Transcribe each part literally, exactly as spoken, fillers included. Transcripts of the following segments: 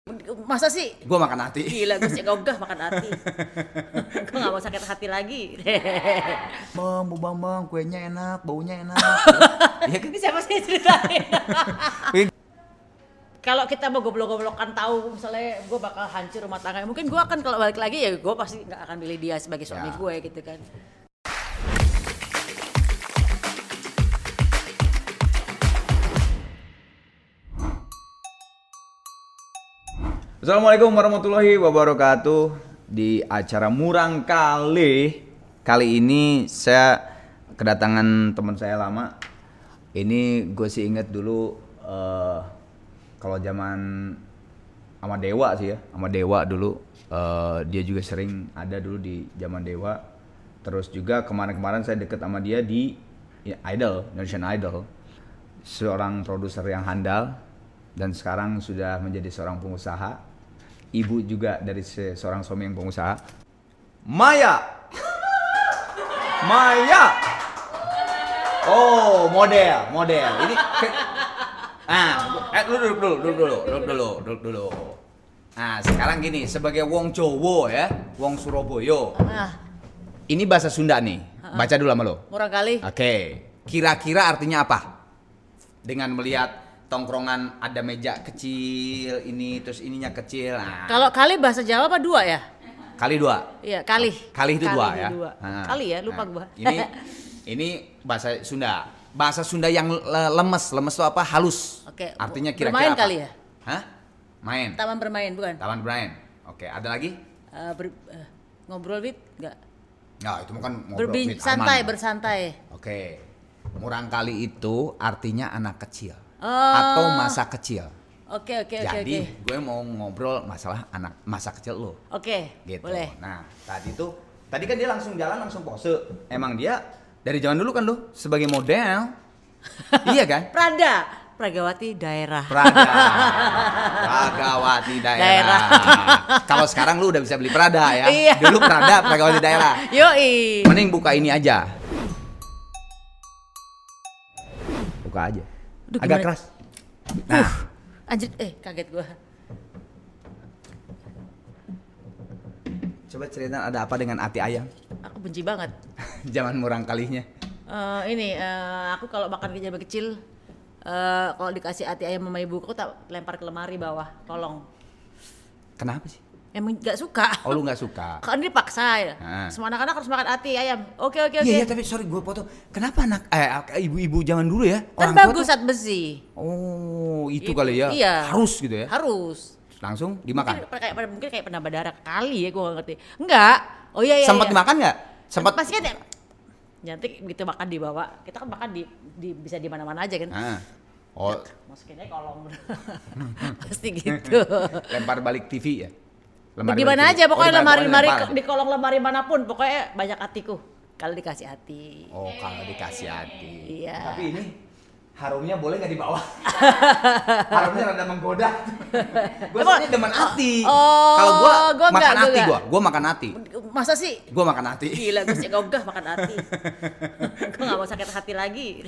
Masa sih? Gue makan hati. Gila, gue sih ogah makan hati. Gue gak mau sakit hati lagi. Bang, Bu Bambang, kuenya enak, baunya enak. Iya kan? Ini siapa sih ceritain? Kalau kita mau goblok-goblokan tahu misalnya gue bakal hancur rumah tangga, mungkin gue akan kalau balik lagi ya gue pasti nggak akan pilih dia sebagai suami ya. Gue gitu kan. Assalamualaikum warahmatullahi wabarakatuh. Di acara Murang Kali kali ini saya kedatangan teman saya lama. Ini gue sih inget dulu uh, kalau zaman sama Dewa sih ya, sama Dewa dulu. Uh, dia juga sering ada dulu di zaman Dewa. Terus juga kemarin-kemarin saya deket sama dia di ya, Idol, Indonesian Idol. Seorang produser yang handal dan sekarang sudah menjadi seorang pengusaha. Ibu juga dari seorang suami yang pengusaha. Maya. Maya. Oh, model, model. Ini ah, eh dulu dulu dulu dulu dulu dulu dulu dulu. Nah, sekarang gini, sebagai wong Jowo ya, wong Surabaya. Ini bahasa Sunda nih. Baca dulu sama lo. Murang kali. Oke. Kira-kira artinya apa? Dengan melihat tongkrongan ada meja kecil ini terus ininya kecil. Nah. Kalau kali bahasa Jawa apa dua ya? Kali dua. Iya kali. Kali itu kali dua ya. Dua. Nah, kali ya lupa nah, gua. Ini ini bahasa Sunda. Bahasa Sunda yang lemes. Lemes itu apa? Halus. Oke. Artinya kira-kira bermain apa? Kali ya? Hah? Main. Taman bermain bukan? Taman bermain. Oke, ada lagi? Uh, ber, uh, ngobrol bit enggak? Ya, itu kan ngobrol Berbin, bit santai, aman. bersantai. Oke. Murang kali itu artinya anak kecil. Oh. Atau masa kecil. Oke oke oke oke. Jadi gue mau ngobrol masalah anak masa kecil lo. Oke. Gitu. Boleh. Nah tadi tuh tadi kan dia langsung jalan langsung pose. Emang dia dari zaman dulu kan lo sebagai model. Iya kan? Prada. Pragawati daerah. Prada. Pragawati daerah. daerah. Kalau sekarang lu udah bisa beli Prada ya. Iya. Dulu Prada Pragawati daerah. Yoi. Mending buka ini aja. Buka aja. Aduh, agak gimana? keras. Nah, uh, anjir, eh kaget gua. Coba cerita ada apa dengan ati ayam? Aku benci banget. Zaman murang kalinya. Uh, ini uh, aku kalau makan kecil kecil, uh, kalau dikasih ati ayam sama ibu aku tak lempar ke lemari bawah, tolong. Kenapa sih? Emang nggak suka. Oh lu nggak suka? Kan dipaksa ya. Nah. Semua anak-anak harus makan ati ayam. Oke oke oke. Iya, iya tapi sorry gue potong. Kenapa anak eh ibu-ibu zaman dulu ya? Kan bagus zat besi. Oh itu It, kali ya. Iya. Harus gitu ya? Harus. Langsung dimakan. Mungkin kayak mungkin kayak penambah darah kali ya gue nggak ngerti. Enggak. Oh iya iya. Sempat iya. dimakan nggak? Sempat. Pasti kan ya. Nanti begitu makan dibawa. Kita kan makan di, di bisa di mana-mana aja kan. Nah. Oh. Masukinnya kolong. Pasti gitu. Lempar balik T V ya? Lemari gimana aja pokoknya oh, lemari-lemari di kolong lemari manapun pokoknya banyak hatiku kalau dikasih hati. Oh kalau dikasih hati. Iya. Tapi ini harumnya boleh nggak dibawa? Harumnya rada menggoda. Gue soalnya demen hati. Oh, kalau gue makan enggak, hati gue gue, gue makan hati. Masa sih? Gue makan hati. Gila gue sih ogah makan hati. Gue nggak mau sakit hati lagi.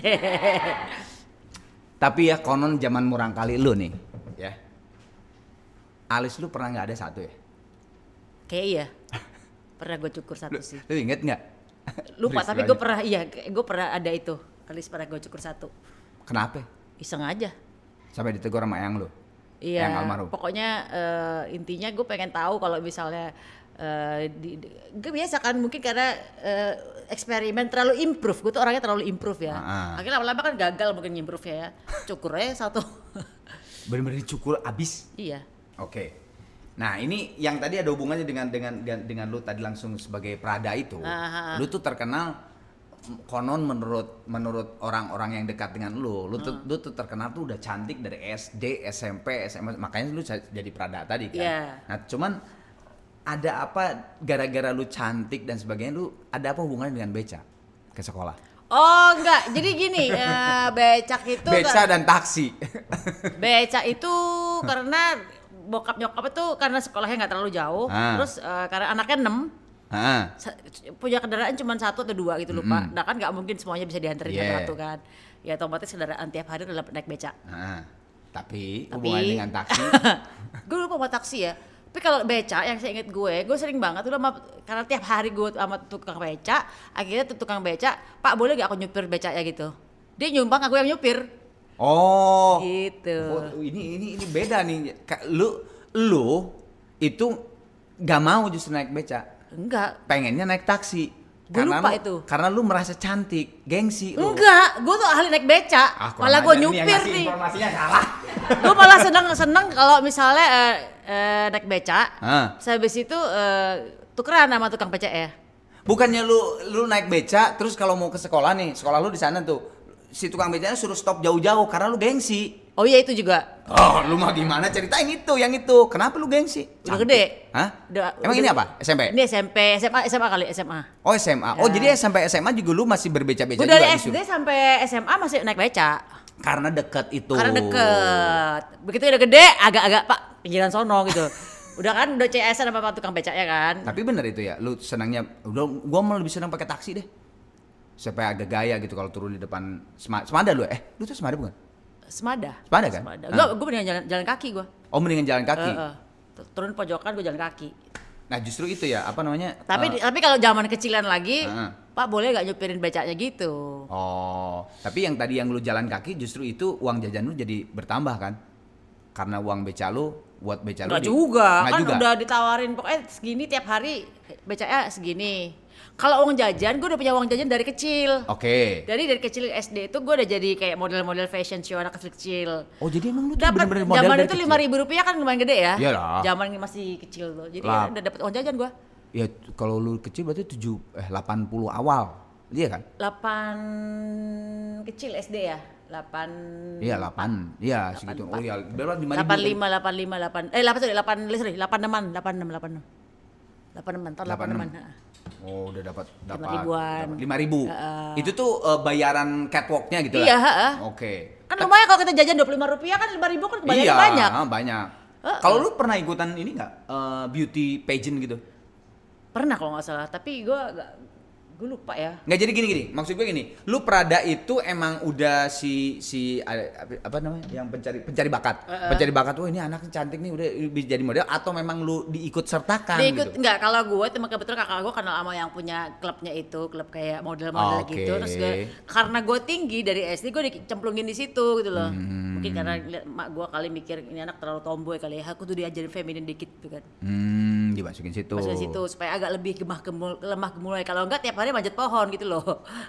Tapi ya konon zaman murang kali lu nih, ya. Alis lu pernah nggak ada satu ya? Kayak iya, pernah gue cukur satu lu, sih. Lu inget nggak? Lupa tapi gue pernah iya, gue pernah ada itu. Alis pernah gue cukur satu. Kenapa? Iseng aja. Sampai ditegur sama eyang lu? Iya. Eyang almarhum. Pokoknya uh, intinya gue pengen tahu kalau misalnya uh, di, di, gue biasa kan mungkin karena uh, eksperimen terlalu improve. Gue tuh orangnya terlalu improve ya. Uh-huh. Akhirnya lama-lama kan gagal mungkin improve ya. Cukurnya satu. Bener-bener dicukur abis? Iya. Oke. Okay. Nah ini yang tadi ada hubungannya dengan dengan dengan, dengan lu tadi langsung sebagai Prada itu. Aha. Lu tuh terkenal konon menurut menurut orang-orang yang dekat dengan lu, lu tuh, lu tuh terkenal tuh udah cantik dari S D, S M P, S M A, makanya lu jadi Prada tadi kan. Yeah. Nah cuman ada apa gara-gara lu cantik dan sebagainya lu ada apa hubungannya dengan beca ke sekolah? Oh enggak, jadi gini, uh, becak itu beca dan taksi. Becak itu karena bokap nyokap itu karena sekolahnya nggak terlalu jauh, ah. terus uh, karena anaknya enam, ah. punya kendaraan cuma satu atau dua gitu lupa, mm-hmm. nah kan nggak mungkin semuanya bisa diantarin yeah. satu kan, ya otomatis kendaraan tiap hari dalam naik becak. Ah. Tapi, Tapi hubungan dengan taksi. gue lupa sama taksi ya. Tapi kalau beca yang saya inget gue, gue sering banget udah sama, karena tiap hari gue sama tukang beca, akhirnya tuh tukang beca, Pak boleh gak aku nyupir becanya gitu. Dia nyumbang, aku yang nyupir. Oh. Gitu. Oh, ini ini ini beda nih. Ka- Lu lu itu gak mau justru naik beca. Enggak. Pengennya naik taksi. Gue lupa lu, itu. Karena lu merasa cantik, gengsi lu. Enggak, gue tuh ahli naik beca. Ah, malah gue nyupir nih. Informasinya salah. Gue malah seneng-seneng kalau misalnya uh, uh, naik beca, Ah. habis itu uh, tukeran sama tukang beca ya. Bukannya lu lu naik beca terus kalau mau ke sekolah nih, sekolah lu di sana tuh. Si tukang becanya suruh stop jauh-jauh karena lu gengsi. Oh iya itu juga. Oh, lu mah gimana ceritain itu, yang itu. Kenapa lu gengsi? Udah Cantik. gede. Hah? Udah, Emang udah, ini apa? S M P? Ini S M P, S M A, S M A kali, S M A. Oh, S M A. Oh, Ya. jadi sampai S M A juga lu masih berbeca-beca Gue juga dari S D disuruh? sampai S M A masih naik beca. Karena deket itu. Karena deket. Begitu udah gede, agak-agak Pak pinggiran sono gitu. Udah kan udah C S-an sama tukang beca ya kan. Tapi bener itu ya, lu senangnya, udah gua malah lebih senang pakai taksi deh. Supaya agak gaya gitu kalau turun di depan Sema- Semada lu. Eh, lu tuh Semada bukan? Semada. Semada kan? Semada. Ah. Enggak, gue mendingan jalan, jalan kaki gue. Oh, mendingan jalan kaki. Uh, uh. Turun pojokan gue jalan kaki. Nah, justru itu ya, apa namanya? Tapi eh, tapi kalau zaman kecilan lagi, uh. Pak boleh gak nyupirin becanya gitu. Oh, tapi yang tadi yang lu jalan kaki justru itu uang jajan lu jadi bertambah kan? Karena uang beca lu buat beca lu Enggak di- juga, Nggak kan juga? udah ditawarin pokoknya segini tiap hari becanya segini. Kalau uang jajan, gue udah punya uang jajan dari kecil. Oke. Dari dari kecil S D itu gue udah jadi kayak model-model fashion show anak kecil-kecil. Oh, jadi emang lu tuh Dapat bener-bener modal zaman dari itu kecil? lima ribu rupiah kan lumayan gede ya. Iyalah. Zaman masih kecil tuh, jadi Lah. udah dapat uang jajan gue. Ya kalau lu kecil berarti tujuh eh delapan puluh awal. Iya kan? delapan kecil S D ya. delapan Iya, delapan. Iya, segitu. Oh iya, berapa lima ribu? delapan lima delapan lima delapan eh delapan sorry delapan sorry delapan enam delapan enam delapan enam delapan enam tahun delapan enam. Oh, udah dapat dapat Lima ribuan. lima ribu. Uh, Itu tuh eh, bayaran catwalknya gitu Iya, lah. heeh. Oke. Kan lumayan kalau kita jajan dua puluh lima rupiah kan lima ribu kan banyak Iya, banyak. ah, banyak. Uh-uh. Kalau lu pernah ikutan ini nggak eh, beauty pageant gitu? Pernah kalau nggak salah, tapi gue gue lupa ya. Nggak, jadi gini gini. Maksud gue gini, lu Prada itu emang udah si si apa, apa namanya? Yang pencari pencari bakat. Uh-uh. Pencari bakat, oh ini anaknya cantik nih udah bisa jadi model, atau memang lu diikut sertakan Diikut gitu? enggak, kalau gue teman kebetulan kakak gue kenal sama yang punya klubnya itu, klub kayak model-model Oke. gitu. Terus gue karena gue tinggi dari S D gue dicemplungin di situ gitu loh. Hmm. Mungkin karena liat mak gue kali mikir ini anak terlalu tomboy kali ya. Aku tuh diajarin feminin dikit gitu kan. Hmm, dimasukin situ. Masukin situ supaya agak lebih gemah gemul, lemah gemulai. Kalau enggak tiap hari manjat pohon gitu loh.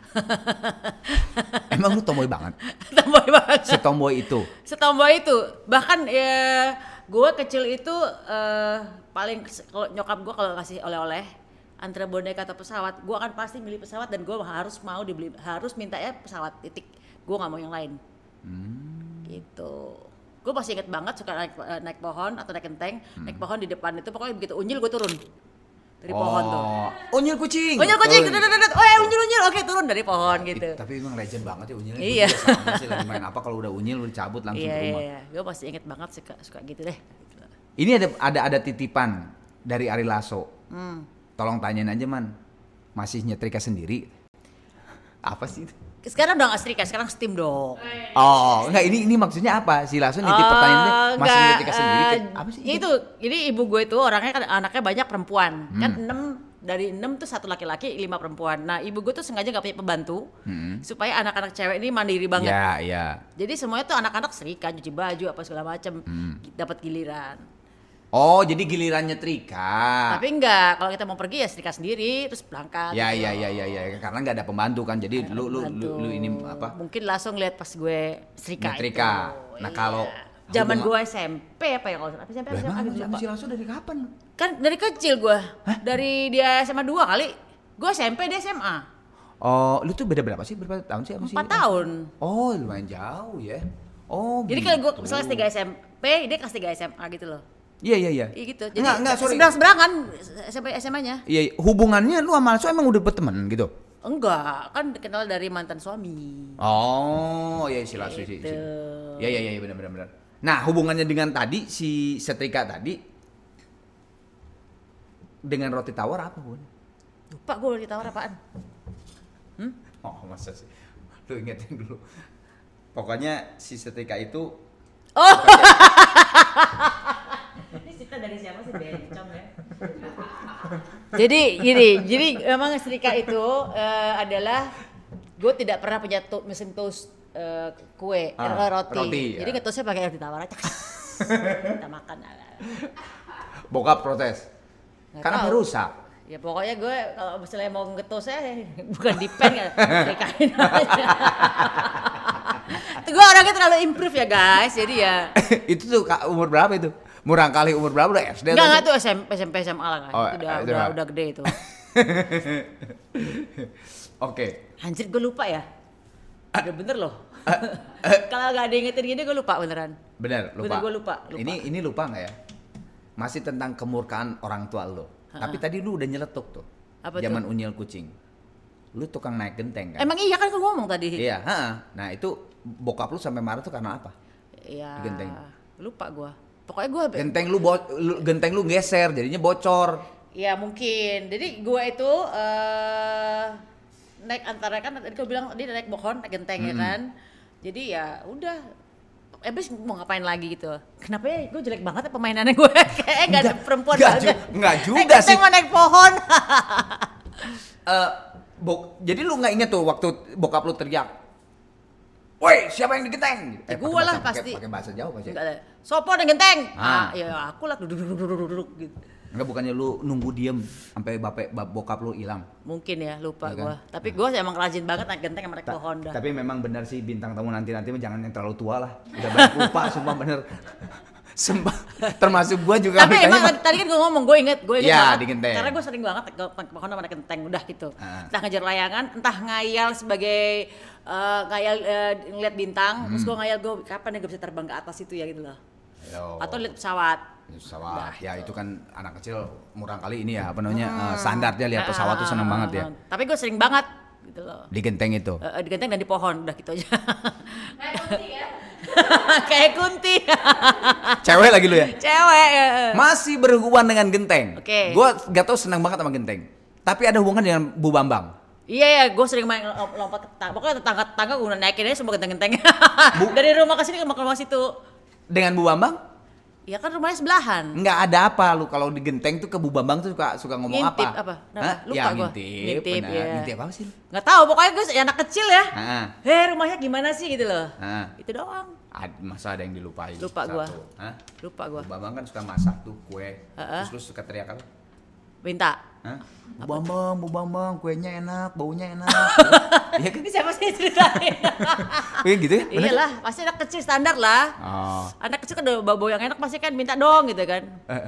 Emang lu tomboy banget? Tomboy banget. Setomboy itu. Setomboy itu. Bahkan ya gue kecil itu eh, paling kalau nyokap gue kalau kasih oleh-oleh antara boneka atau pesawat, gue akan pasti milih pesawat dan gue harus mau dibeli, harus minta ya pesawat, titik. Gue nggak mau yang lain. Hmm. Gitu. Gue masih inget banget suka naik, eh, naik pohon atau naik genteng, Hmm. naik pohon di depan itu pokoknya begitu unyil gue turun dari pohon tuh. Oh, unyil kucing. Unyil kucing, Turun. dudut, dudut, oh ya unyil unyil, oke turun dari pohon gitu. Ih, tapi emang legend banget ya unyilnya. Iya. Gua juga sama sih, lagi main apa kalau udah unyil lu cabut langsung Iya ke iya rumah. iya, gue masih inget banget suka suka gitu deh. Ini ada ada ada titipan dari Ari Lasso. Hmm. Tolong tanyain aja man, masih nyetrika sendiri? Apa sih itu? Sekarang udah nggak setrika, sekarang steam dong. Oh, enggak, ini ini maksudnya apa? Si Lasso nitip Oh, pertanyaannya masih enggak, nyetrika sendiri? eh, Kayak apa sih? ya itu, jadi ibu gue itu orangnya kan anaknya banyak perempuan, Hmm. kan enam dari enam tuh satu laki-laki, lima perempuan. Nah ibu gue tuh sengaja nggak punya pembantu Hmm. supaya anak-anak cewek ini mandiri banget. Ya, ya. Jadi semuanya tuh anak-anak setrika, cuci baju apa segala macem, Hmm. dapat giliran. Oh, jadi giliran nyetrika. Tapi enggak, kalau kita mau pergi ya setrika sendiri, terus berangkat. Ya, gitu. ya, ya, ya, ya, karena nggak ada pembantu kan. Jadi lu, lu, lu, Bantu. lu ini apa? Mungkin langsung lihat pas gue setrika Nyetrika. itu. Nah, kalau zaman hubungan- gue S M P apa ya kalau apa S M P Lah, apa S M A emang gitu, sama lupa. si Lasso dari kapan? Kan dari kecil gue. Dari dia S M A dua kali. Gue S M P dia S M A. Oh, lu tuh beda berapa sih? Berapa tahun sih? Apa sih? empat tahun. Oh, lumayan jauh ya. Oh, Jadi gitu. kalau gue misalnya kelas tiga S M P, dia kelas tiga S M A gitu loh. Iya, iya, iya. Iya gitu. Jadi Enggak, enggak, sorry. seberang-seberangan S M P S M A-nya. Iya, iya. Hubungannya lu sama Lasso emang udah berteman gitu? Enggak, kan kenal dari mantan suami. Oh, iya si Lasso sih. Gitu. Iya, iya, iya, benar, benar, benar. Nah, hubungannya dengan tadi si setrika tadi dengan roti tawar apa hubungannya? Lupa gue ditawar apaan. Oh, masa sih? Lu ingetin dulu. Pokoknya si setrika itu Oh. Ini cerita dari siapa sih, bencong ya? Jadi gini, jadi memang setrika itu uh, adalah gue tidak pernah punya to- mesin toast uh, kue, ah, roti. roti. Jadi ya. Ngetosnya pakai roti tawar aja. Kita makan. Bokap protes. Nggak karena tahu. Rusak. Ya pokoknya gue kalau misalnya mau ngetosnya bukan di pen ya, serikain aja. Tuh gue orangnya terlalu improve ya guys, jadi ya. Itu tuh umur berapa itu? Murang kali umur berapa udah S D? Enggak, enggak tuh S M P, S M P, S M A lah kan. Oh, itu udah, itu udah, udah gede itu. Oke. Okay. Anjir gue lupa ya. Udah bener loh. Kalau gak ada ingetin gini gue lupa beneran. Bener, lupa. Bener gue lupa, lupa. Ini ini lupa gak ya? Masih tentang kemurkaan orang tua lo. Ha-ha. Tapi tadi lu udah nyeletuk tuh. Apa zaman tuh? Unyil kucing. Lu tukang naik genteng kan? Emang iya kan gue ngomong tadi. Iya, ha-ha. Nah itu bokap lu sampai marah tuh karena apa? Iya. Genteng. Lupa gue. Pokoknya gue genteng lu, bo- lu genteng lu geser jadinya bocor. Iya mungkin. Jadi gue itu uh, naik antara kan tadi gue bilang dia naik pohon, naik genteng hmm. ya kan. Jadi ya udah. Abis mau ngapain lagi gitu. Kenapa ya gue jelek banget ya pemainannya gue. Kayaknya gak ada perempuan enggak, banget. Ju- enggak juga naik sih. mau naik pohon. uh, bok- jadi lu gak inget tuh waktu bokap lu teriak. Woi, siapa yang di genteng? Eh, gue lah pasti. Pakai bahasa Jawa pasti. Enggak ada. Sopo di genteng. Ah, ya aku lah duduk duduk duduk duduk gitu. Enggak, bukannya lu nunggu diem sampai bapak bokap lu hilang. Mungkin ya, lupa ya kan? Gua. Tapi gua emang rajin banget naik genteng sama naik Ta- pohon dah. Tapi memang benar sih bintang tamu nanti-nanti jangan yang terlalu tua lah. Udah banyak lupa sumpah bener. Sembah, termasuk gua juga. Tapi emang ma- tadi kan gua ngomong, gua inget, gua inget ya, banget. Di genteng. Karena gua sering banget naik pohon sama naik genteng, udah gitu. Uh. Entah ngejar layangan, entah ngayal sebagai uh, ngayal uh, ngeliat bintang, hmm. terus gua ngayal gua kapan ya gua bisa terbang ke atas itu ya gitu loh. Yo. Atau lihat pesawat. Pesawat. Nah, ya itu kan anak kecil murang kali ini ya, apa namanya? Hmm. Uh, standarnya lihat pesawat uh, tuh seneng uh, banget ya. Tapi gue sering banget gitu loh. Di genteng itu. Uh, di genteng dan di pohon, udah gitu aja. Kayak kunti ya. Kayak kunti. Cewek lagi lu ya? Cewek. Ya. Masih berhubungan dengan genteng. Oke. Okay. Gue gak tau seneng banget sama genteng. Tapi ada hubungan dengan Bu Bambang. Iya ya, gue sering main lompat ke tetangga. Pokoknya tetangga-tetangga gue naikin aja semua genteng-genteng. Dari rumah ke sini ke rumah situ. Dengan Bu Bambang? Ya kan rumahnya sebelahan. Enggak ada apa lu kalau di genteng tuh ke Bu Bambang tuh suka suka ngomong ngintip apa? apa? Hah? Lupa ya, gua. Ngintip, ngintip ya. Ngintip apa sih? Enggak tahu, pokoknya gue ya anak kecil ya. Heeh. Heh, rumahnya gimana sih gitu loh. Heeh. Itu doang. Ad, masa ada yang dilupain? Lupa gua. Hah? Lupa gua. Bu Bambang kan suka masak tuh kue. Uh-uh. Terus lu suka teriak apa? Minta. Hah? Bu Bambang, Bu Bambang, kuenya enak, baunya enak. Iya kan? Ini siapa sih ceritain? Iya gitu kan? Iyalah, pasti anak kecil standar lah. Oh. Anak kecil kan bau yang enak pasti kan minta dong gitu kan.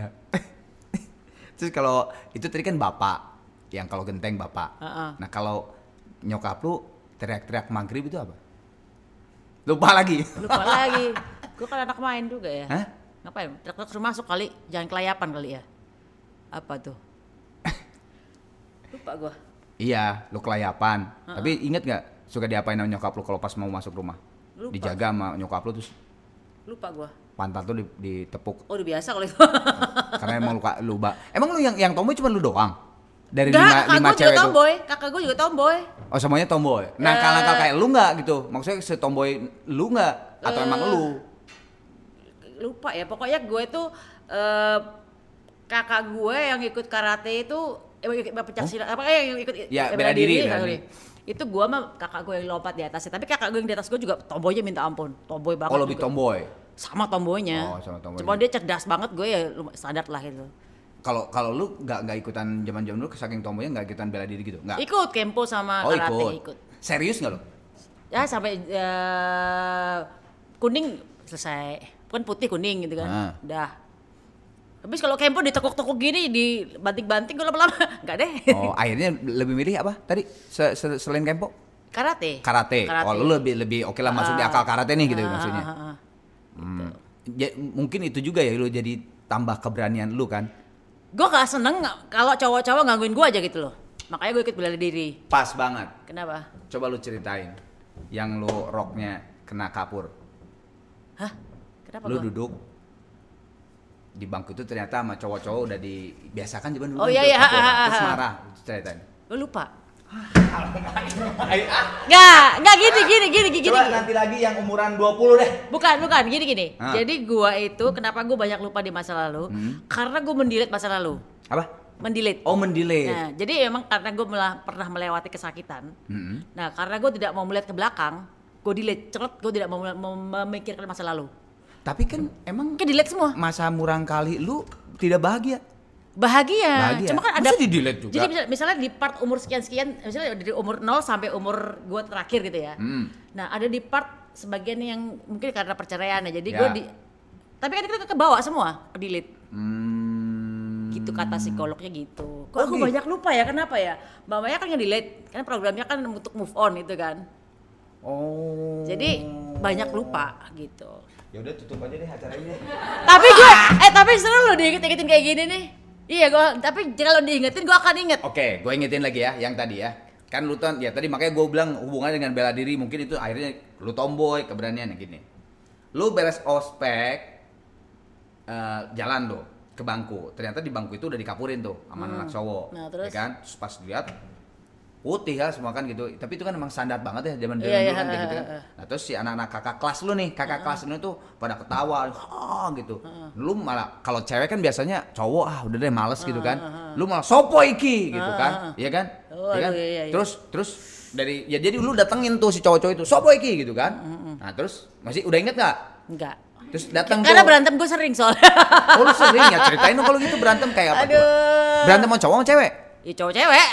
Terus kalau itu tadi kan bapak, yang kalau genteng bapak. Uh-uh. Nah kalau nyokap lu teriak-teriak maghrib itu apa? Lupa lagi. Lupa lagi. Gue kan anak main juga ya. Hah? Ngapain? Teriak-teriak suruh masuk kali, jangan kelayapan kali ya. Apa tuh? Lupa gue. Iya, lu kelayapan. Uh-uh. Tapi inget nggak suka diapain sama nyokap lu kalau pas mau masuk rumah? Lupa. Dijaga sama nyokap lu terus. Lupa gue. Pantat tuh ditepuk. Oh udah biasa kalau itu. Karena emang lu lupa. Emang lu yang yang tomboy cuma lu doang? Dari Nggak, lima, lima cewek itu? Tomboy. Kakak gue juga tomboy. Oh semuanya tomboy? Nakal-nakal uh, kayak lu nggak gitu? Maksudnya setomboy lu nggak? Atau uh, emang lu? Lupa ya, pokoknya gue tuh uh, kakak gue yang ikut karate itu eh, pecah silat, apa kayak yang ikut ya, bela diri, diri, bela diri. Itu gue mah kakak gue yang lompat di atasnya, tapi kakak gue yang di atas gue juga tomboynya minta ampun, tomboy banget. Oh lebih juga. Tomboy? Sama tomboynya. Oh sama tomboy. Cuma dia cerdas banget, gue ya standar lah itu. Kalau kalau lu nggak nggak ikutan zaman-zaman dulu saking tomboynya nggak ikutan bela diri gitu? Nggak? Ikut kempo sama oh, karate ikut. ikut. Serius nggak lu? Ya sampai uh, kuning selesai. Kan putih kuning gitu kan. Ah. Udah. Habis kalau kempo ditekuk-tekuk gini, dibanting-banting gue lama-lama enggak deh. Oh, akhirnya lebih milih apa tadi selain kempo? Karate. Karate. Karate. Oh, lu lebih lebih oke lah masuk uh, di akal karate nih gitu uh, maksudnya. Uh, uh, uh. Hmm. Ya, mungkin itu juga ya lu jadi tambah keberanian lu kan. Gue gak seneng kalau cowok-cowok gangguin gue aja gitu loh. Makanya gue ikut bela diri. Pas banget. Kenapa? Coba lu ceritain yang lu roknya kena kapur. Hah? Kenapa lu gua? Duduk di bangku itu ternyata sama cowok-cowok udah dibiasakan zaman dulu. Oh iya iya. Terus marah, ceritain. Gue lupa. Nggak, nggak gini, gini, gini, gini. Coba nanti lagi yang umuran dua puluh deh. Bukan, bukan, gini, gini. Ah. Jadi gua itu kenapa gua banyak lupa di masa lalu? Hmm. Karena gua mendelete masa lalu. Apa? Mendelete. Oh, mendelete. Nah, jadi emang karena gua melah, pernah melewati kesakitan. Hmm. Nah, karena gua tidak mau melihat ke belakang, gua delete, ceret, gua tidak mau, mau memikirkan masa lalu. Tapi kan emang ke delete semua. Masa murang kali lu tidak bahagia. Bahagia. Bahagia. Cuma kan ada di delete juga. Jadi misalnya, misalnya di part umur sekian-sekian, misalnya dari umur nol sampai umur gua terakhir gitu ya. Hmm. Nah, ada di part sebagian yang mungkin karena perceraian ya. Jadi ya. gua di tapi kan kita kebawa semua, ke delete. Hmm. Gitu kata psikolognya gitu. Kok oh, aku gitu? Banyak lupa ya, kenapa ya? Mbak Maya kan nge-delete, kan programnya kan untuk move on itu kan. Oh. Jadi banyak lupa gitu. Ya udah tutup aja deh acara ini. Tapi gue eh tapi seru loh diinget-ingetin kayak gini nih. Iya gue, tapi kalau diingetin gue akan inget. Oke, gue ingetin lagi ya, yang tadi ya. Kan lu ton, ya tadi makanya gue bilang hubungannya dengan bela diri mungkin itu akhirnya lu tomboy, keberanian gini. Lu beres ospek, uh, jalan lo ke bangku. Ternyata di bangku itu udah dikapurin tuh sama hmm. anak cowok, nah, terus? Ya kan? Terus pas dilihat putih ya semua kan gitu. Tapi itu kan emang standar banget ya zaman dulu yeah, kan kayak gitu kan. Nah terus si anak-anak kakak kelas lu nih, kakak uh, kelas lu tuh pada ketawa, oh gitu. Uh, lu malah kalau cewek kan biasanya cowok ah udah deh males uh, gitu kan. Uh, lu malah sopo iki gitu uh, kan, iya kan? Oh, ya kan? Iya, iya. Terus terus dari ya jadi lu datengin tuh si cowok-cowok itu, sopo iki gitu kan. Uh, uh, Nah terus masih udah inget nggak? Enggak. Terus datang karena tuh, berantem gue sering soalnya. Oh lu sering ya, ceritain dong kalau gitu berantem kayak apa? Aduh. Tuh? Berantem sama cowok sama cewek? Ya cowok cewek.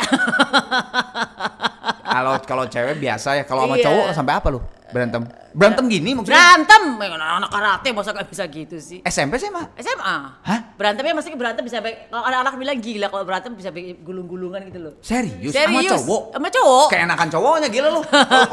Kalau kalau cewek biasa ya, kalau sama iya. cowok sampai apa lu? Berantem. Berantem gini maksudnya? Berantem. Anak karate masa gak bisa gitu sih. S M P sih mah? S M A. Hah? Berantemnya maksudnya berantem bisa kalau anak-anak bilang gila kalau berantem bisa gulung-gulungan gitu loh. Serius? Serius? Sama cowok? Sama cowok. Kayak enakan cowoknya gila lu.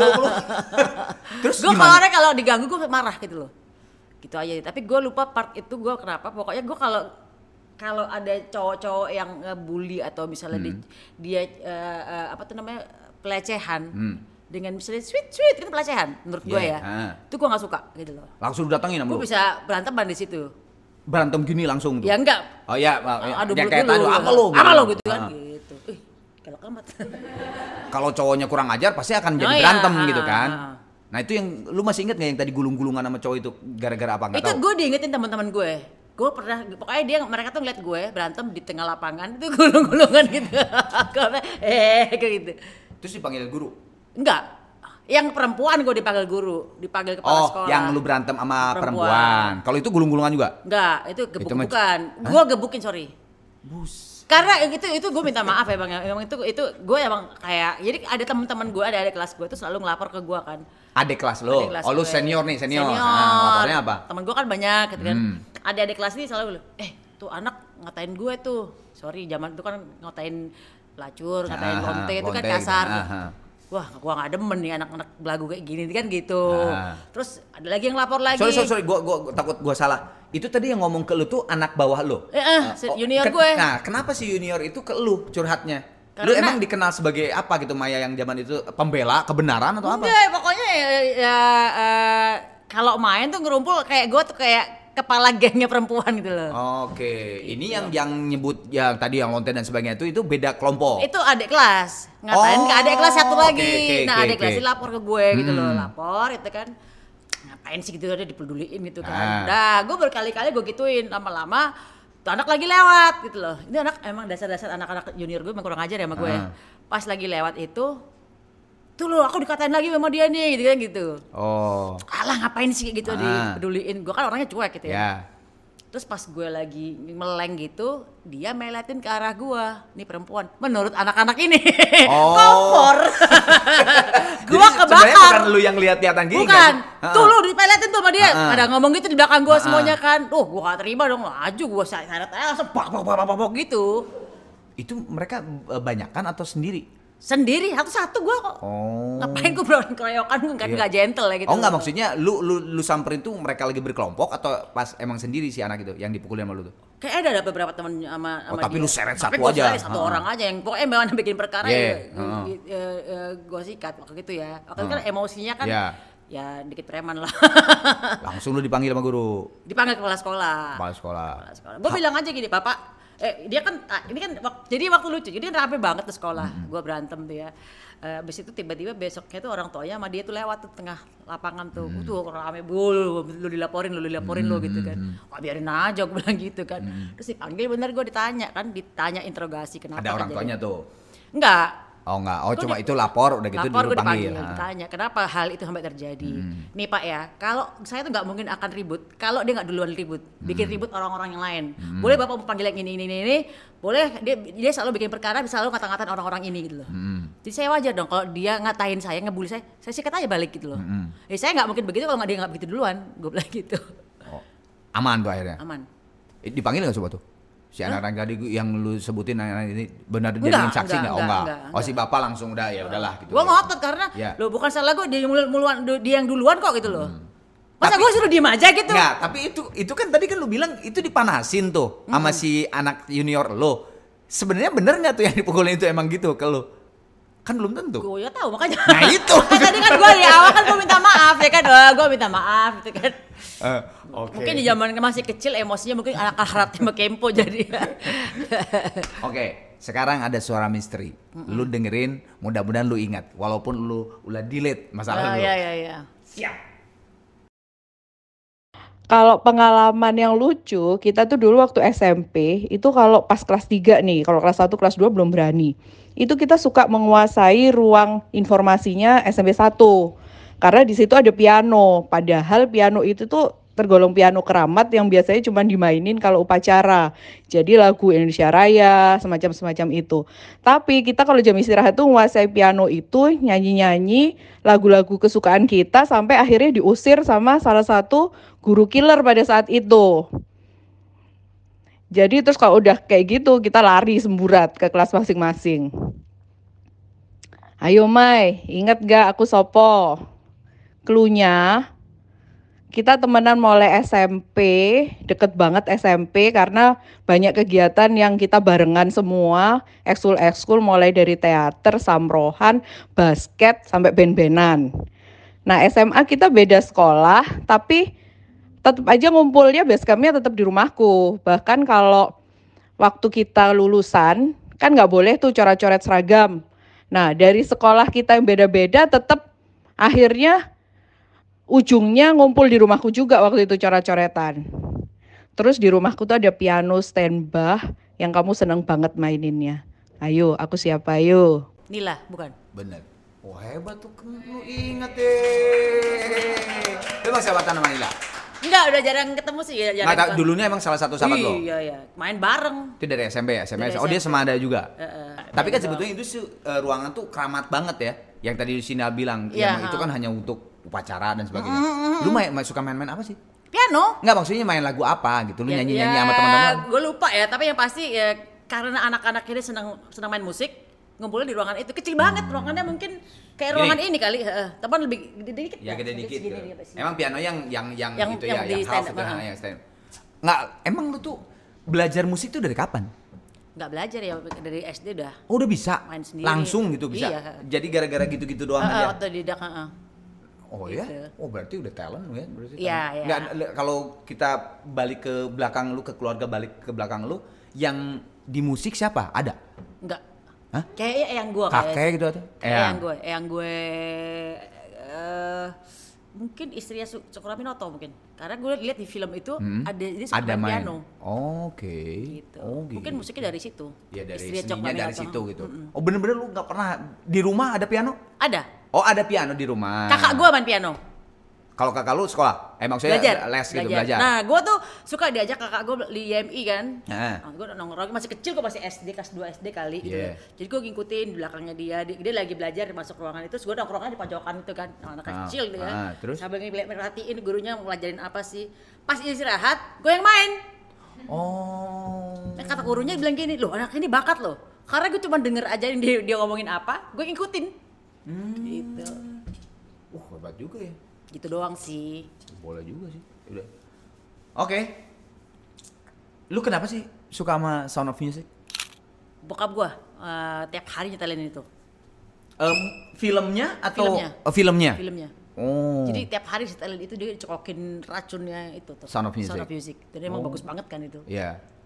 Terus gue kalau kalau diganggu gue marah gitu loh. Gitu aja. Tapi gue lupa part itu gue kenapa. Pokoknya gue kalau kalau ada cowok-cowok yang ngebully atau misalnya hmm. di, dia uh, uh, apa tuh namanya pelecehan hmm. dengan misalnya sweet sweet itu pelecehan menurut yeah. gue ya ah. itu gue nggak suka gitu loh. Langsung datangin sama lu? Gue bisa berantem di situ. Berantem gini langsung tuh? Ya enggak. Oh ya, aduh ya, kayak tadi apa lu? Apa lo gitu kan? Ah. Gitu. Ih, kalau amat. Kalau cowoknya kurang ajar pasti akan jadi oh, berantem ya. gitu kan? Ah. Nah itu yang lu masih inget nggak yang tadi gulung-gulungan sama cowok itu gara-gara apa nggak tahu? Itu gue diingetin teman-teman gue. Gue pernah, pokoknya dia mereka tuh ngeliat gue berantem di tengah lapangan itu gulung-gulungan gitu. eh kayak gitu. Terus dipanggil guru? Enggak. Yang perempuan gue dipanggil guru, dipanggil kepala oh, sekolah. Oh, yang lu berantem sama perempuan. perempuan. Kalau itu gulung-gulungan juga? Enggak, itu gebuk-gebukan. Gue gebukin, sorry. Bus. Karena itu itu gue minta maaf ya bang, emang itu itu gue emang kayak jadi ada teman-teman gue ada ada kelas gue tuh selalu ngelapor ke gue kan. Adik kelas lo, adik kelas oh gue. Lu senior nih senior. Senior. Nah, lapornya apa? Temen gue kan banyak gitu kan. Hmm. Adik-adik kelas ini selalu, eh tuh anak ngatain gue tuh, sorry zaman itu kan ngatain pelacur, ngatain aha, lonte itu kan kasar. Aha. Wah, gua nggak demen nih anak-anak belagu kayak gini kan gitu. Nah. Terus ada lagi yang lapor lagi. Sorry, sorry, sorry. Gua, gua, gua takut gua salah. Itu tadi yang ngomong ke lu tuh anak bawah lu. Eh, eh uh, junior oh, gue. Nah, kenapa si junior itu ke lu curhatnya? Karena lu emang dikenal sebagai apa gitu Maya yang zaman itu pembela kebenaran atau apa? Enggak, pokoknya ya, ya uh, kalau main tuh ngerumpul kayak gua tuh kayak kepala gengnya perempuan gitu loh. Oke, ini yang yang nyebut yang tadi yang lonte dan sebagainya itu itu beda kelompok. Itu adik kelas. Ngatain oh, ke adik kelas satu lagi. Okay, okay, nah, adik okay, kelas okay. lapor ke gue hmm. gitu loh, lapor itu kan. Ngapain sih gitu ada dipeduliin gitu kan. Ah. Nah, gue berkali-kali gue gituin, lama-lama tuh anak lagi lewat gitu loh. Ini anak emang dasar-dasar anak-anak junior gue emang kurang ajar ya sama gue. Ah. Pas lagi lewat itu tuh loh aku dikatain lagi sama dia nih gitu kan gitu. Oh. Alah ngapain sih gitu ah. dipeduliin. Gue kan orangnya cuek gitu ya. Yeah. Terus pas gue lagi meleng gitu, dia meletin ke arah gue. Nih perempuan, menurut anak-anak ini oh. kompor. Gue kebakar. Bukan lu yang lihat-lihatan gini bukan. Kan? Tuh lu dipeletin tuh sama dia. Uh-uh. Ada ngomong gitu di belakang gue uh-uh. semuanya kan. Tuh gue gak terima dong, laju gue syarat aja langsung bak bak bak bak gitu. Itu mereka banyakan atau sendiri? Sendiri, satu-satu gue kok. Oh. Ngapain gue berani keroyokan, gue kan yeah. gak gentle ya gitu. Oh enggak, maksudnya lu lu lu samperin tuh mereka lagi berkelompok atau pas emang sendiri si anak itu yang dipukulin sama lu tuh? Kayak ada beberapa teman sama oh, sama tapi dia. lu seret tapi satu aja. Tapi satu uh-huh. orang aja yang pokoknya memang bikin perkara yeah. ya, uh-huh. uh, uh, uh, gue sikat waktu gitu ya. Waktu uh-huh. kan emosinya kan yeah. ya dikit preman lah. Langsung lu dipanggil sama guru? Dipanggil kepala sekolah. Kepala sekolah. sekolah. Gue bilang aja gini, Bapak, Eh dia kan ini kan jadi waktu lucu. Jadi kan rame banget tuh sekolah. Mm-hmm. Gua berantem tuh ya. Uh, abis itu tiba-tiba besoknya tuh orang tuanya sama dia tuh lewat tuh tengah lapangan tuh. Mm-hmm. Tuh rame bul, lu dilaporin, lu dilaporin mm-hmm. lu gitu kan. Wah biarin aja gua bilang gitu kan. Mm-hmm. Terus dipanggil bener gua ditanya kan, ditanya interogasi kenapa. Ada orang tuanya tuh. Enggak. Oh enggak, oh gua cuma di, itu lapor udah gitu lapor dulu panggil. Lapor ditanya kenapa hal itu sampai terjadi. Hmm. Nih Pak ya, kalau saya tuh nggak mungkin akan ribut kalau dia nggak duluan ribut, bikin hmm. ribut orang-orang yang lain. Hmm. Boleh Bapak mau panggil yang ini ini ini, boleh dia dia selalu bikin perkara, selalu ngata-ngatain orang-orang ini gitu loh. Hmm. Jadi saya wajar dong kalau dia ngatain saya, ngebully saya, saya sikat aja balik gitu loh. Hmm. Ya saya nggak mungkin begitu kalau nggak dia nggak begitu duluan, gue bilang gitu. Oh. Aman tuh akhirnya. Aman. Dipanggil nggak coba tuh? Si anak-anak tadi yang lu sebutin anak-anak ini benar jadiin saksi nggak? Oh enggak. enggak. Oh si bapak langsung udah ya udahlah gitu. Gua ngotot karena ya. Lo bukan salah gue dia muluan dia yang duluan kok gitu loh. Hmm. Masa gue suruh diem aja gitu? Enggak, tapi itu itu kan tadi kan lu bilang itu dipanasin tuh hmm. sama si anak junior lo. Sebenarnya bener nggak tuh yang dipukulin itu emang gitu ke lu? Kan belum tentu. Gue ya tahu makanya. Nah itu. Tadi kan gue di awal kan gue minta maaf ya kan, oh, gue minta maaf gitu kan. Uh, okay. Mungkin di zaman masih kecil emosinya mungkin anak karatnya kempo jadi. Oke, okay. Sekarang ada suara misteri. Mm-mm. Lu dengerin, mudah-mudahan lu ingat, walaupun lu udah delete masalah oh, lu. Iya iya iya. Siap. Kalau pengalaman yang lucu, kita tuh dulu waktu S M P, itu kalau pas kelas tiga nih, kalau kelas satu, kelas dua belum berani. Itu kita suka menguasai ruang informasinya S M P satu. Karena di situ ada piano, padahal piano itu tuh tergolong piano keramat yang biasanya cuma dimainin kalau upacara. Jadi lagu Indonesia Raya, semacam-semacam itu. Tapi kita kalau jam istirahat tuh menguasai piano itu, nyanyi-nyanyi lagu-lagu kesukaan kita sampai akhirnya diusir sama salah satu guru killer pada saat itu. Jadi terus kalau udah kayak gitu kita lari semburat ke kelas masing-masing. Ayo Mai, inget gak aku sopo? Cluenya kita temenan mulai S M P, deket banget S M P karena banyak kegiatan yang kita barengan semua, ekskul-ekskul mulai dari teater, samrohan, basket, sampai band-bandan. Nah S M A kita beda sekolah, tapi tetap aja ngumpulnya base campnya tetap di rumahku. Bahkan kalau waktu kita lulusan, kan nggak boleh tuh coret-coret seragam. Nah dari sekolah kita yang beda-beda tetap akhirnya ujungnya ngumpul di rumahku juga waktu itu coret-coretan. Terus di rumahku tuh ada piano stand Bach yang kamu seneng banget maininnya. Ayo, aku siapa ayo? Nila, bukan? Bener. Wah hebat tuh, lu inget deh. Lu emang sahabatan sama Nila? Enggak, udah jarang ketemu sih ya. Nggak, kan. Dulunya emang salah satu sahabat lo? Iya, iya. Main bareng. Itu dari S M P ya? S M P. Oh dia semada juga? Uh, uh, Tapi kan sebetulnya itu uh, ruangan tuh keramat banget ya. Yang tadi Sina bilang, ya, ya itu kan hanya untuk upacara dan sebagainya. Mm-hmm. Lu main, main, suka main-main apa sih? Piano. Enggak, maksudnya main lagu apa gitu? Lu ya, nyanyi-nyanyi ya, sama teman-teman? Gue lupa ya, tapi yang pasti ya karena anak-anak ini senang senang main musik, ngumpulnya di ruangan itu kecil banget. Hmm. Ruangannya mungkin kayak ruangan gini, ini kali, uh, tapi lebih gede dikit. Ya gede dikit. Segini, gini, emang piano yang yang yang, yang itu yang ya, yang half itu, yang stand. Nggak, emang lu tuh belajar musik tuh dari kapan? Nggak belajar ya, dari S D udah. Oh udah bisa? Main sendiri. Langsung gitu bisa? Iya. Jadi gara-gara gitu-gitu doang uh, aja? Otodidak, uh, oh gitu. Ya? Oh berarti udah talent ya? Berarti iya, iya. Nggak, kalau kita balik ke belakang lu, ke keluarga balik ke belakang lu, yang di musik siapa? Ada? Enggak. Hah? Kayaknya yang gue. Kakek gitu atau? Kayak yang gue, yang gue uh, mungkin istrinya Syukur Aminoto mungkin. Karena gue lihat di film itu hmm. ada dia suka ada main piano. Oh, oke. Okay. Gitu. Oh, gitu. Mungkin musiknya dari situ. Ya dari istrinya seninya dari situ gitu. Mm-mm. Oh bener-bener lu nggak pernah di rumah ada piano? Ada. Oh ada piano di rumah. Kakak gue main piano. Kalau kakak lu sekolah? Eh maksudnya belajar. les gitu belajar. belajar? Nah gue tuh suka diajak kakak gue di I M I kan. Nah. Nah, gue nongkrong masih kecil, gue masih S D, kelas dua S D kali gitu. Yeah. Jadi gue ngikutin di belakangnya dia, dia lagi belajar masuk ruangan itu, gue nongkrongnya di pojokan itu kan, anak ah. kecil gitu ya. Ah, terus? Sambil merhatiin gurunya ngelajarin apa sih. Pas istirahat, gue yang main. Oh. Nah, kata gurunya bilang gini, loh anak ini bakat loh. Karena gue cuma denger aja dia, dia ngomongin apa, gue ngikutin. Hmm. Gitu. Uh, hebat juga ya. Gitu doang sih. Boleh juga sih. Udah. Oke. Okay. Lu kenapa sih suka sama Sound of Music? Bokap gua uh, tiap hari nyetelin itu. Um, filmnya atau filmnya? Oh, filmnya. Filmnya. Oh. Jadi tiap hari setelin itu dia cokokin racunnya itu tuh. Sound of Music. Sound of Music. Jadi emang oh. bagus banget kan itu. Iya. Yeah.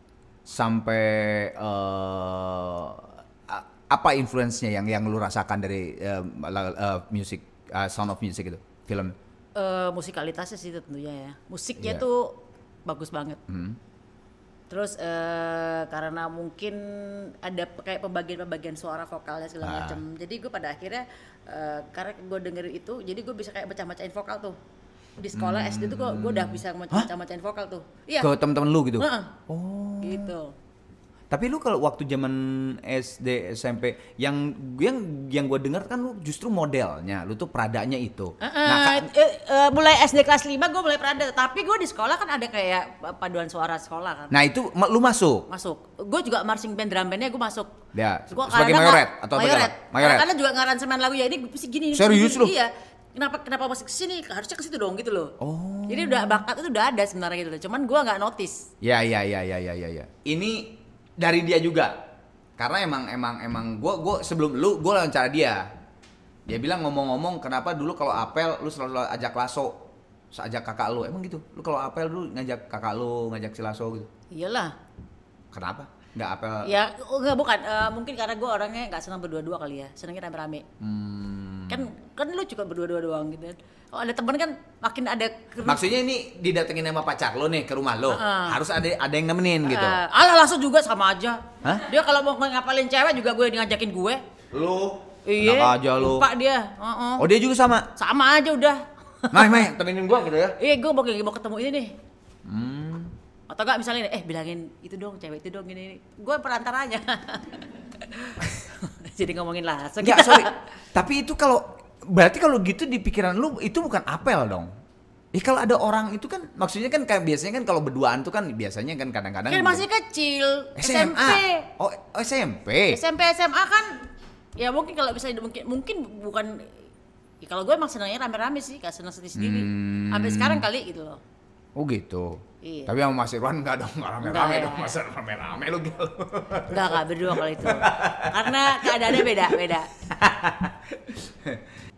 sampai uh, apa influence-nya yang yang lu rasakan dari uh, uh, music uh, Sound of Music itu film? Uh, musikalitasnya sih tentunya ya. Musiknya yeah. tuh bagus banget. Hmm. Terus uh, karena mungkin ada kayak pembagian-pembagian suara vokalnya segala ah. macam. Jadi gue pada akhirnya uh, karena gue dengerin itu, jadi gue bisa kayak baca-bacain vokal tuh. Di sekolah hmm. S D tuh gue gue udah bisa baca-bacain vokal tuh. Iya. Ke temen-temen lu gitu? Uh-uh. Oh. Gitu. Tapi lu kalau waktu zaman S D S M P yang yang yang gue dengar kan lu justru modelnya lu tuh Pradanya itu. Uh, uh, nah, ka- uh, uh, mulai S D kelas lima gue mulai Prada, tapi gue di sekolah kan ada kayak paduan suara sekolah kan. Nah, itu lu masuk. Masuk. Gue juga marching band drum bandnya gue masuk. Ya. Gua sebagai mayoret atau mayoret. Mayoret. Karena juga ngaransemen lagu ya ini segini. Serius lu? Iya. Kenapa kenapa masuk ke sini? Harusnya ke situ dong gitu loh. Oh. Jadi udah bakat itu udah ada sebenarnya gitu loh. Cuman gue nggak notice. Ya ya ya ya ya ya. Ini dari dia juga, karena emang emang emang gue gue sebelum lu gue wawancara dia, dia bilang ngomong-ngomong kenapa dulu kalau apel lu selalu ajak Lasso, ajak kakak lu, emang gitu, lu kalau apel dulu ngajak kakak lu, ngajak si Lasso gitu? Iyalah. Kenapa? Nggak apel? Ya enggak bukan, uh, mungkin karena gue orangnya nggak senang berdua-dua kali ya, senangnya rame-rame. Hmm. Kan kan lu juga berdua-dua doang gitu. Kalau ada temen kan makin ada. Maksudnya ini didatengin sama pacar lo nih ke rumah lo, uh, harus ada ada yang nemenin uh, gitu. Alah langsung juga sama aja. Hah? Dia kalau mau ngapalin cewek juga gue ngajakin gue. Lu? Iya. Enak aja lu. Lupa dia. Uh-uh. Oh dia juga sama? Sama aja udah. Mai mai temenin gue gitu ya? Iya gue mau mau ketemu ini nih. Hmm. Atau enggak misalnya eh bilangin itu dong cewek itu dong gini. Gue perantaranya. Jadi ngomongin langsung. Enggak sorry. Tapi itu kalau berarti kalau gitu di pikiran lu itu bukan apel dong. Ih kalau ada orang itu kan maksudnya kan kayak biasanya kan kalau berduaan tuh kan biasanya kan kadang-kadang kan masih kecil S M A. S M P. Oh, S M P. S M P S M A kan ya mungkin kalau bisa mungkin mungkin bukan ya kalau gue emang senangnya rame-rame sih, gak senang sendiri-sendiri. Hmm. Sampai sekarang kali gitu loh. Oh gitu. Iya. Tapi sama Mas Irwan enggak dong, rame-rame dong, Mas rame-rame lu gitu. Enggak, enggak berdua kalau itu. Karena keadaannya beda, beda.